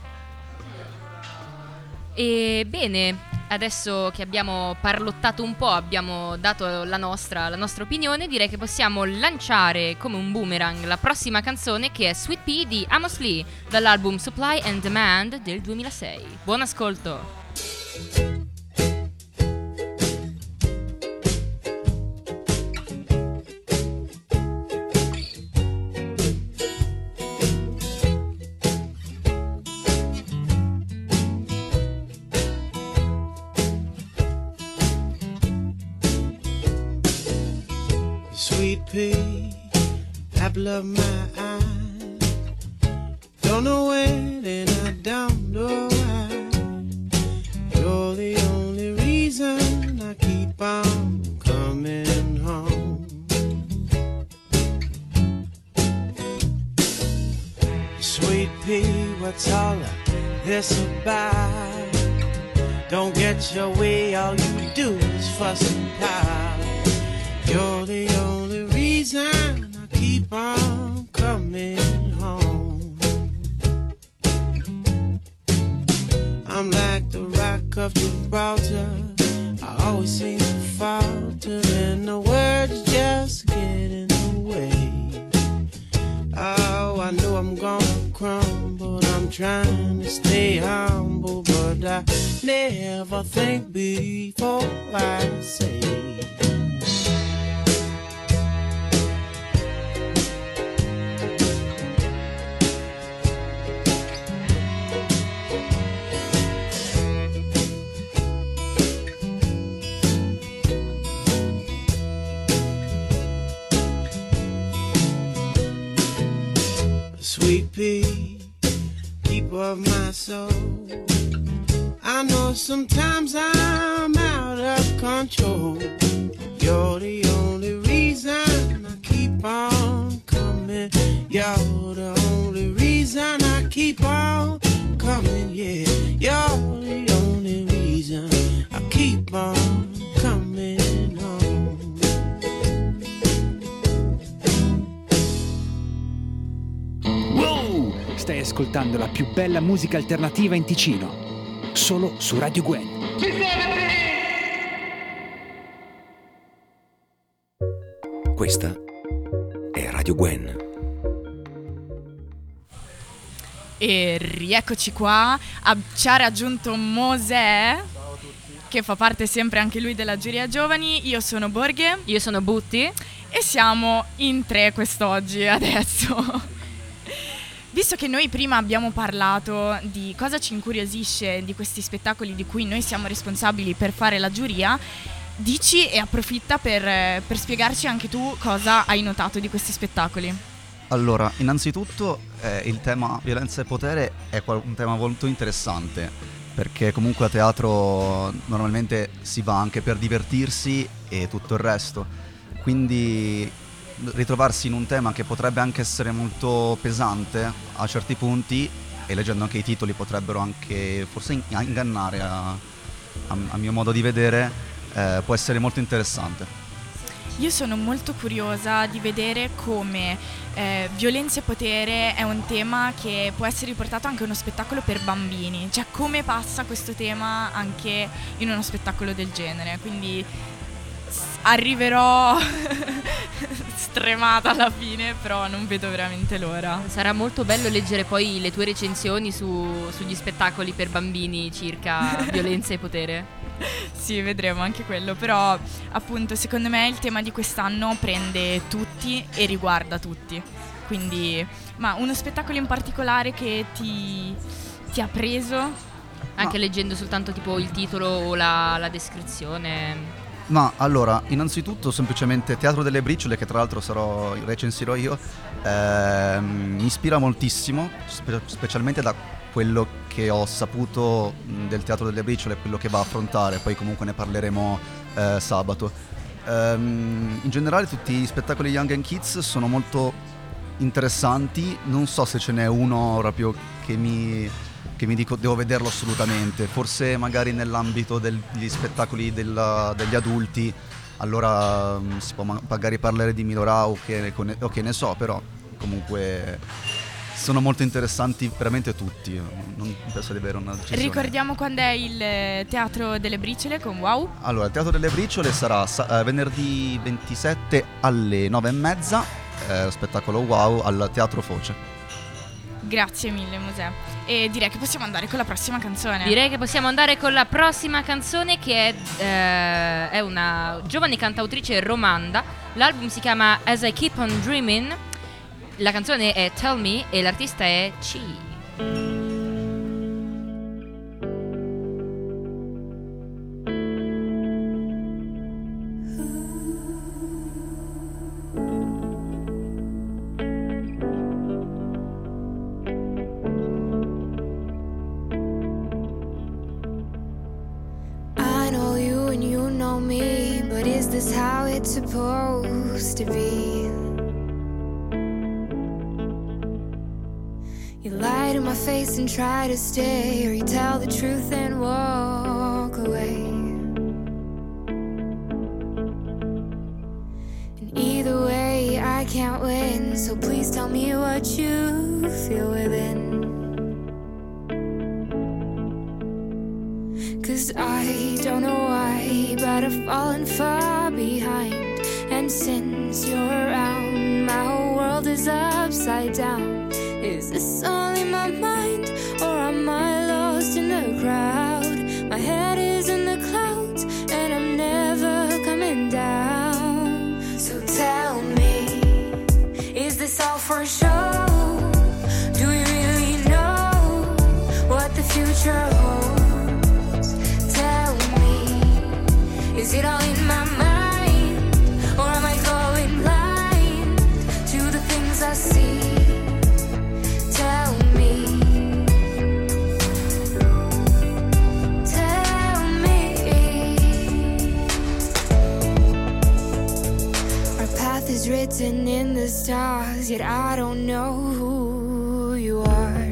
E bene, adesso che abbiamo parlottato un po', abbiamo dato la nostra, la nostra opinione, direi che possiamo lanciare come un boomerang la prossima canzone, che è Sweet Pea di Amos Lee, dall'album Supply and Demand del duemilasei. Buon ascolto! Sweet pea, apple of my eye. Don't know when and I don't know why. You're the only reason I keep on coming home. Sweet pea, what's all of this about? Don't get your way, all you do is fuss and pout. You're the only reason I keep on coming home. I'm like the rock of Gibraltar, I always seem to falter, and the words just get in the way. Oh, I know I'm gonna crumble, I'm trying to stay humble, but I never think before I say. Sweet pea, keeper of my soul. I know sometimes I'm out of control. You're the only reason I keep on coming. You're the only reason I keep on coming, yeah. You're the only reason I keep on coming home. Wow! Stai ascoltando la più bella musica alternativa in Ticino, solo su Radio Gwen. Questa è Radio Gwen. E rieccoci qua, a- ci ha raggiunto Mosè, che fa parte sempre anche lui della giuria giovani. Io sono Borghe. Io sono Butti. E siamo in tre quest'oggi adesso. Visto che noi prima abbiamo parlato di cosa ci incuriosisce di questi spettacoli di cui noi siamo responsabili per fare la giuria, dici e approfitta per, per spiegarci anche tu cosa hai notato di questi spettacoli. Allora, innanzitutto eh, il tema violenza e potere è qual- un tema molto interessante, perché comunque a teatro normalmente si va anche per divertirsi e tutto il resto, quindi ritrovarsi in un tema che potrebbe anche essere molto pesante a certi punti, e leggendo anche i titoli potrebbero anche forse ingannare a, a, a mio modo di vedere, eh, può essere molto interessante. Io sono molto curiosa di vedere come eh, violenza e potere è un tema che può essere riportato anche in uno spettacolo per bambini, cioè come passa questo tema anche in uno spettacolo del genere, quindi s- arriverò stremata alla fine, però non vedo veramente l'ora. Sarà molto bello leggere poi le tue recensioni su, sugli spettacoli per bambini circa violenza e potere. Sì, vedremo anche quello, però appunto secondo me il tema di quest'anno prende tutti e riguarda tutti. Quindi, ma uno spettacolo in particolare che ti, ti ha preso? Anche no. leggendo soltanto tipo il titolo o la, la descrizione. Ma allora, innanzitutto semplicemente Teatro delle Briciole, che tra l'altro sarò, recensirò io, eh, mi ispira moltissimo, spe- specialmente da quello che ho saputo mh, del Teatro delle Briciole, quello che va a affrontare, poi comunque ne parleremo eh, sabato. Ehm, in generale tutti gli spettacoli Young and Kids sono molto interessanti, non so se ce n'è uno proprio che mi... che mi dico devo vederlo assolutamente, forse magari nell'ambito del, degli spettacoli della, degli adulti, allora um, si può ma- magari parlare di Milorà o che, o che ne so, però comunque sono molto interessanti veramente tutti, non penso di avere una decisione. Ricordiamo quando è il Teatro delle Briciole con Wow? Allora, il Teatro delle Briciole sarà sa- eh, venerdì ventisette alle nove e mezza, eh, lo spettacolo Wow al Teatro Foce. Grazie mille Mosè. E direi che possiamo andare con la prossima canzone. Direi che possiamo andare con la prossima canzone, che è, eh, è una giovane cantautrice romanda. L'album si chiama As I Keep On Dreaming. La canzone è Tell Me e l'artista è Chi. Supposed to be. You lie to my face and try to stay, or you tell the truth and walk away. And either way I can't win, so please tell me what you feel within. 'Cause I don't know why, but I've fallen far behind. And since you're around, my whole world is upside down. Is this all in my mind, or am I lost in the crowd? My head is in the clouds, and I'm never coming down. So tell me, is this all for show? Do you really know what the future holds? Tell me, is it all in my mind? I see. Tell me, tell me. Our path is written in the stars, yet I don't know who you are.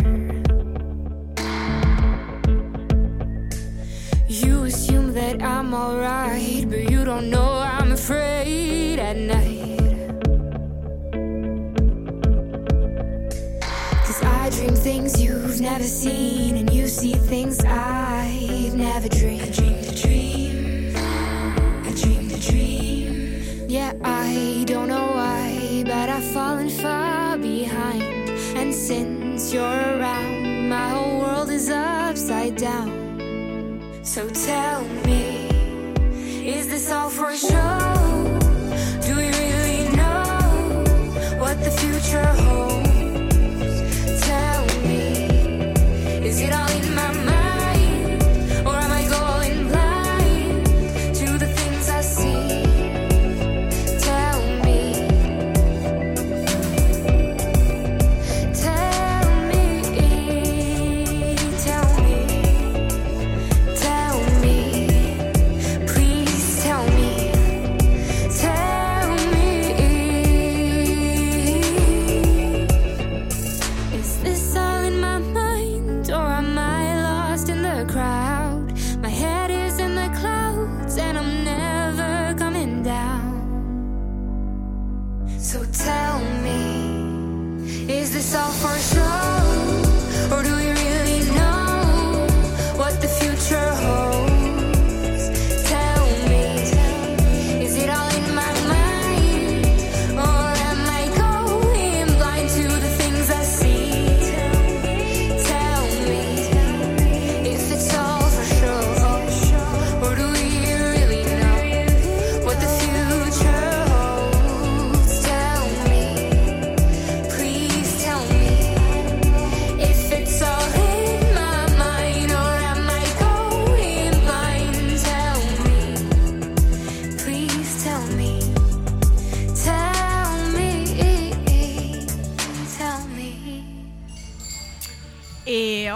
You assume that I'm alright, but you don't know I'm afraid at night. I dream things you've never seen, and you see things I've never dreamed. I dream the dream, I dream the dream. Yeah, I don't know why, but I've fallen far behind. And since you're around, my whole world is upside down. So tell me, is this all for show? Do you really know what the future holds? Is it all in my mind, or am I going blind to the things I see? Tell me, tell me, tell me, tell me, please tell me.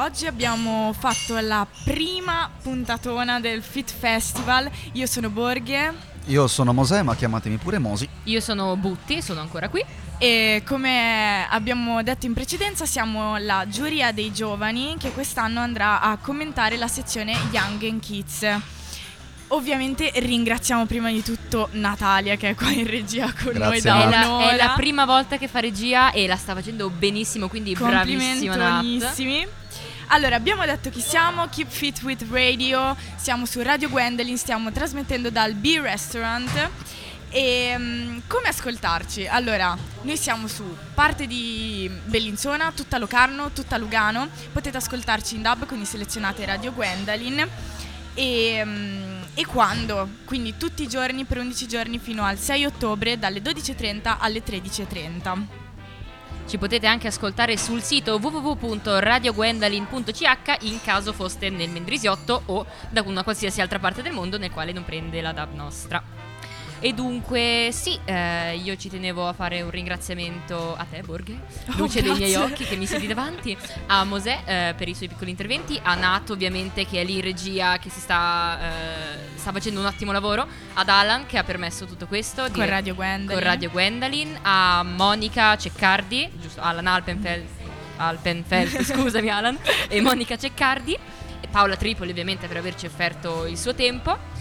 oggi abbiamo fatto la prima puntatona del Fit Festival. Io sono Borghe. Io sono Mosè, ma chiamatemi pure Mosi. Io sono Butti, sono ancora qui. E come abbiamo detto in precedenza, siamo la giuria dei giovani che quest'anno andrà a commentare la sezione Young and Kids. Ovviamente ringraziamo prima di tutto Natalia che è qua in regia con Grazie, noi da è la, un'ora. è la prima volta che fa regia e la sta facendo benissimo, quindi bravissima Nat. Complimentoni. Allora, abbiamo detto chi siamo, Keep Fit with Radio, siamo su Radio Gwendolyn, stiamo trasmettendo dal B-Restaurant. E um, come ascoltarci? Allora, noi siamo su parte di Bellinzona, tutta Locarno, tutta Lugano. Potete ascoltarci in D A B, quindi selezionate Radio Gwendolyn. E, um, e quando? Quindi tutti i giorni per undici giorni fino al sei ottobre dalle dodici e trenta alle tredici e trenta. Ci potete anche ascoltare sul sito w w w punto radio gwendolyn punto c h in caso foste nel Mendrisiotto o da una qualsiasi altra parte del mondo nel quale non prende la D A B nostra. E dunque sì, eh, io ci tenevo a fare un ringraziamento a te Borghe, luce Oh, dei miei grazie. occhi che mi siedi davanti, a Mosè eh, per i suoi piccoli interventi, a Nat ovviamente che è lì in regia che si sta, eh, sta facendo un ottimo lavoro, ad Alan che ha permesso tutto questo Con Radio Gwendolyn. con Radio Gwendolyn, a Monica Ceccardi, giusto, Alan Alpenfeld, Alpenfeld scusami Alan, e Monica Ceccardi, e Paola Tripoli ovviamente per averci offerto il suo tempo.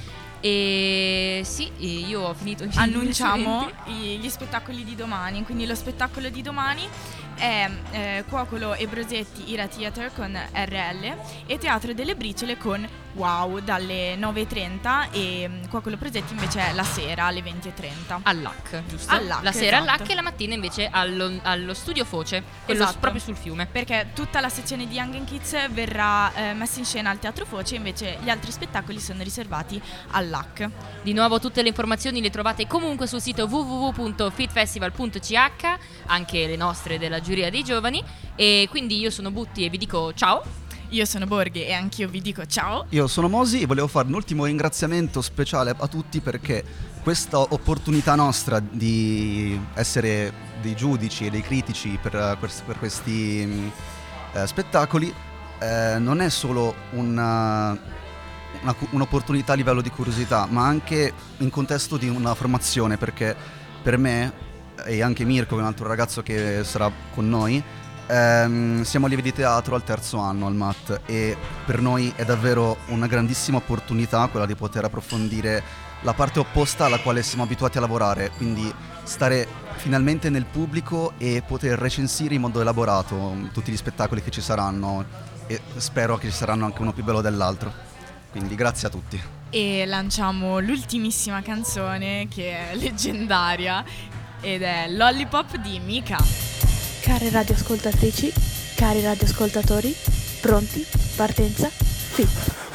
E sì, io ho finito. Annunciamo i- gli spettacoli di domani. Quindi lo spettacolo di domani è eh, Cuocolo e Brosetti Ira Theater con R L e Teatro delle Briciole con Wow dalle nove e trenta e mm, Cuocolo e Brosetti invece è la sera alle venti e trenta. All'A C, giusto? All'A C, la sera esatto. all'A C e la mattina invece allo, allo studio Foce, quello Esatto. s- proprio sul fiume. Perché tutta la sezione di Young and Kids verrà eh, messa in scena al Teatro Foce, invece gli altri spettacoli sono riservati all'A C. Di nuovo tutte le informazioni le trovate comunque sul sito w w w punto fit festival punto c h, anche le nostre della giuria dei giovani. E quindi io sono Butti e vi dico ciao. Io sono Borghe e anch'io vi dico ciao. Io sono Mosi e volevo fare un ultimo ringraziamento speciale a tutti perché questa opportunità nostra di essere dei giudici e dei critici per, quest- per questi mh, eh, spettacoli eh, non è solo una, una- un'opportunità a livello di curiosità, ma anche in contesto di una formazione, perché per me e anche Mirko, che è un altro ragazzo che sarà con noi, Ehm, siamo allievi di teatro al terzo anno al M A T e per noi è davvero una grandissima opportunità quella di poter approfondire la parte opposta alla quale siamo abituati a lavorare, quindi stare finalmente nel pubblico e poter recensire in modo elaborato tutti gli spettacoli che ci saranno e spero che ci saranno anche uno più bello dell'altro, quindi grazie a tutti. E lanciamo l'ultimissima canzone che è leggendaria ed è Lollipop di Mika. Care radioascoltatrici, cari radioascoltatori, pronti? Partenza? Fit!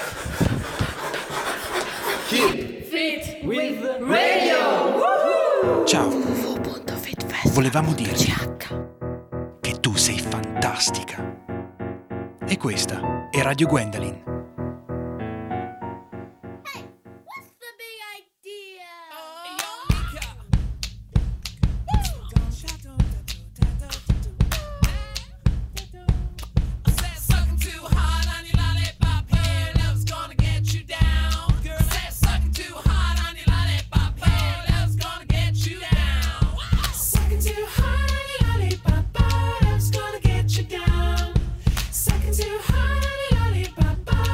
Keep Fit with Radio. Ciao. Volevamo dirti che tu sei fantastica. E questa è Radio Gwendolyn. Sucking too hard, honey, lollipop.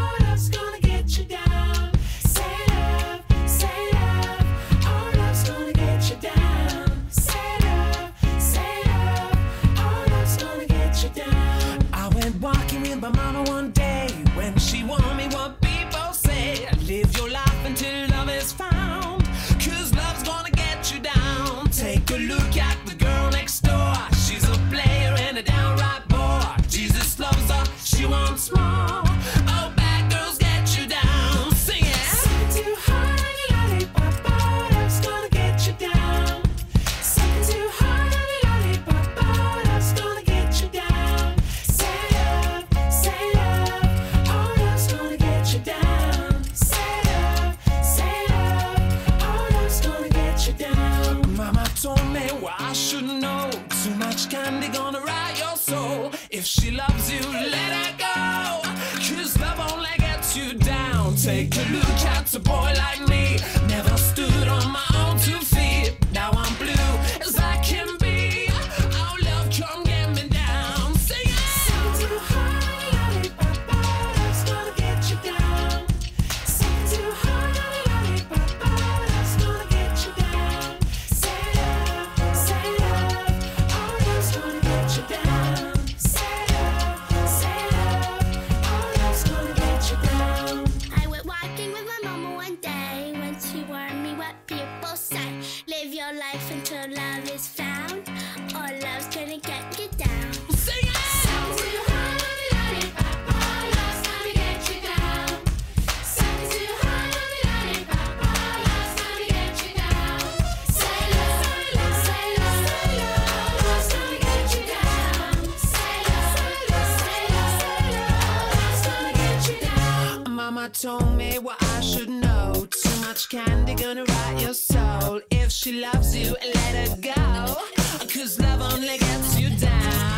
take a look at a boy like me. Never stood on my own two feet. Now I'm blue as I can be. Oh love, come get me down. Sing it. Sing too hard, that's gonna get you down. Sing too hard, that's gonna get you down. Say love, say love, oh love's gonna get you down. Say love, say love, oh love's gonna get you down. I went walking with my mama one day when she warned me what people say. Live your life until love is found, or love's gonna get you down. Sing it! Sing too hard, oh love's gonna get you down. Sing too hard, oh love's gonna get you down. Say love, say love, oh love's gonna get you down. Say love, say love, oh love's gonna get you down. Mama told me what I should know. Too much candy gonna rot your soul. If she loves you, let her go, 'cause love only gets you down.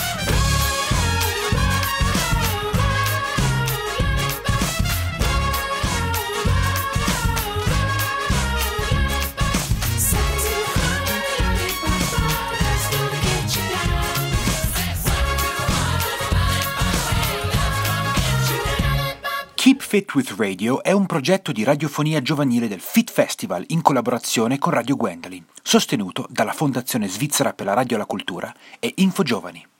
Keep Fit with Radio è un progetto di radiofonia giovanile del Fit Festival in collaborazione con Radio Gwendolyn, sostenuto dalla Fondazione Svizzera per la Radio e la Cultura e Info Giovani.